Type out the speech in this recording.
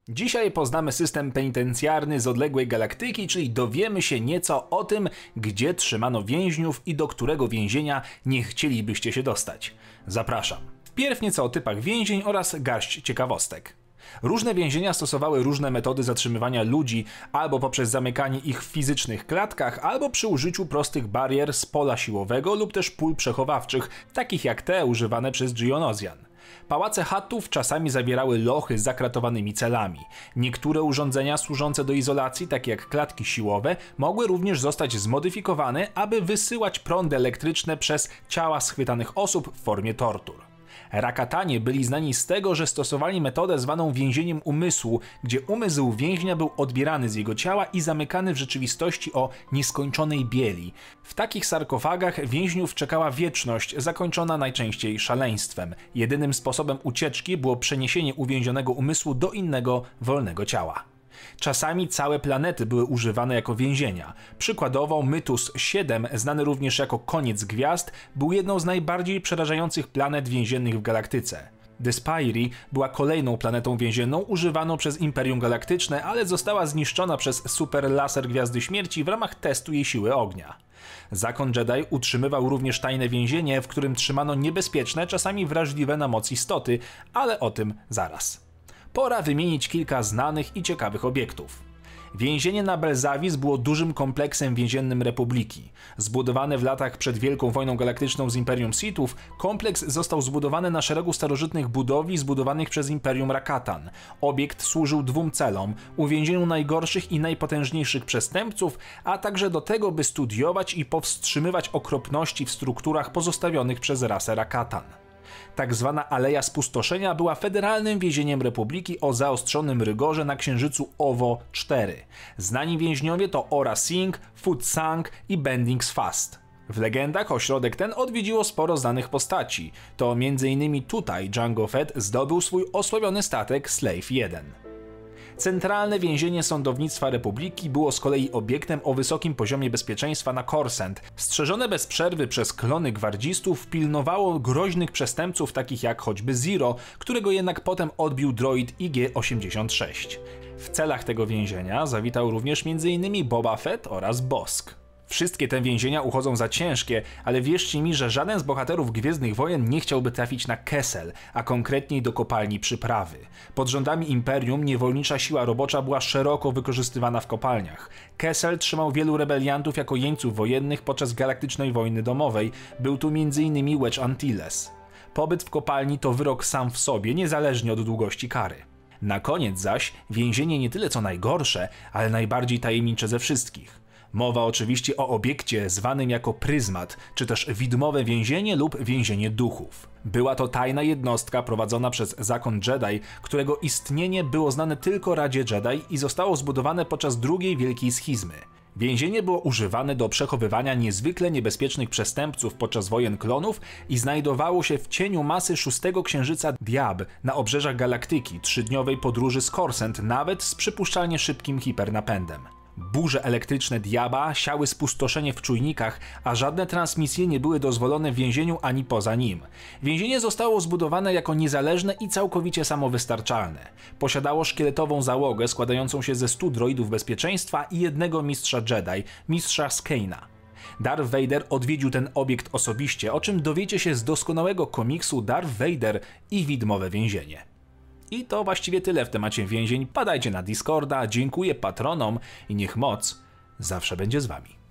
Dzisiaj poznamy system penitencjarny z odległej galaktyki, czyli dowiemy się nieco o tym, gdzie trzymano więźniów i do którego więzienia nie chcielibyście się dostać. Zapraszam. Wpierw nieco o typach więzień oraz garść ciekawostek. Różne więzienia stosowały różne metody zatrzymywania ludzi, albo poprzez zamykanie ich w fizycznych klatkach, albo przy użyciu prostych barier z pola siłowego lub też pól przechowawczych, takich jak te używane przez Geonosian. Pałace Huttów czasami zawierały lochy z zakratowanymi celami. Niektóre urządzenia służące do izolacji, takie jak klatki siłowe, mogły również zostać zmodyfikowane, aby wysyłać prądy elektryczne przez ciała schwytanych osób w formie tortur. Rakatanie byli znani z tego, że stosowali metodę zwaną więzieniem umysłu, gdzie umysł więźnia był odbierany z jego ciała i zamykany w rzeczywistości o nieskończonej bieli. W takich sarkofagach więźniów czekała wieczność, zakończona najczęściej szaleństwem. Jedynym sposobem ucieczki było przeniesienie uwięzionego umysłu do innego, wolnego ciała. Czasami całe planety były używane jako więzienia. Przykładowo Mythos 7, znany również jako Koniec Gwiazd, był jedną z najbardziej przerażających planet więziennych w galaktyce. Despairy była kolejną planetą więzienną używaną przez Imperium Galaktyczne, ale została zniszczona przez super laser Gwiazdy Śmierci w ramach testu jej siły ognia. Zakon Jedi utrzymywał również tajne więzienie, w którym trzymano niebezpieczne, czasami wrażliwe na moc istoty, ale o tym zaraz. Pora wymienić kilka znanych i ciekawych obiektów. Więzienie na Belsavis było dużym kompleksem więziennym Republiki. Zbudowany w latach przed Wielką Wojną Galaktyczną z Imperium Sithów, kompleks został zbudowany na szeregu starożytnych budowli zbudowanych przez Imperium Rakatan. Obiekt służył dwóm celom: uwięzieniu najgorszych i najpotężniejszych przestępców, a także do tego, by studiować i powstrzymywać okropności w strukturach pozostawionych przez rasę Rakatan. Tak zwana Aleja Spustoszenia była federalnym więzieniem Republiki o zaostrzonym rygorze na księżycu OVO-4. Znani więźniowie to Aurra Sing, Foot Sang i Bendix Fast. W legendach ośrodek ten odwiedziło sporo znanych postaci. To m.in. tutaj Jango Fett zdobył swój osławiony statek Slave 1. Centralne więzienie sądownictwa Republiki było z kolei obiektem o wysokim poziomie bezpieczeństwa na Coruscant. Strzeżone bez przerwy przez klony gwardzistów, pilnowało groźnych przestępców takich jak choćby Zero, którego jednak potem odbił droid IG-86. W celach tego więzienia zawitał również m.in. Boba Fett oraz Bosk. Wszystkie te więzienia uchodzą za ciężkie, ale wierzcie mi, że żaden z bohaterów Gwiezdnych Wojen nie chciałby trafić na Kessel, a konkretniej do kopalni Przyprawy. Pod rządami Imperium niewolnicza siła robocza była szeroko wykorzystywana w kopalniach. Kessel trzymał wielu rebeliantów jako jeńców wojennych podczas Galaktycznej Wojny Domowej. Był tu m.in. Wedge Antilles. Pobyt w kopalni to wyrok sam w sobie, niezależnie od długości kary. Na koniec zaś więzienie nie tyle co najgorsze, ale najbardziej tajemnicze ze wszystkich. Mowa oczywiście o obiekcie zwanym jako Pryzmat, czy też widmowe więzienie lub więzienie duchów. Była to tajna jednostka prowadzona przez Zakon Jedi, którego istnienie było znane tylko Radzie Jedi i zostało zbudowane podczas II Wielkiej Schizmy. Więzienie było używane do przechowywania niezwykle niebezpiecznych przestępców podczas wojen klonów i znajdowało się w cieniu masy szóstego księżyca Diab na obrzeżach galaktyki, 3-dniowej podróży z Coruscant, nawet z przypuszczalnie szybkim hipernapędem. Burze elektryczne Diaba siały spustoszenie w czujnikach, a żadne transmisje nie były dozwolone w więzieniu ani poza nim. Więzienie zostało zbudowane jako niezależne i całkowicie samowystarczalne. Posiadało szkieletową załogę składającą się ze 100 droidów bezpieczeństwa i jednego mistrza Jedi, mistrza Skaina. Darth Vader odwiedził ten obiekt osobiście, o czym dowiecie się z doskonałego komiksu Darth Vader i widmowe więzienie. I to właściwie tyle w temacie więzień. Padajcie na Discorda, dziękuję patronom i niech moc zawsze będzie z wami.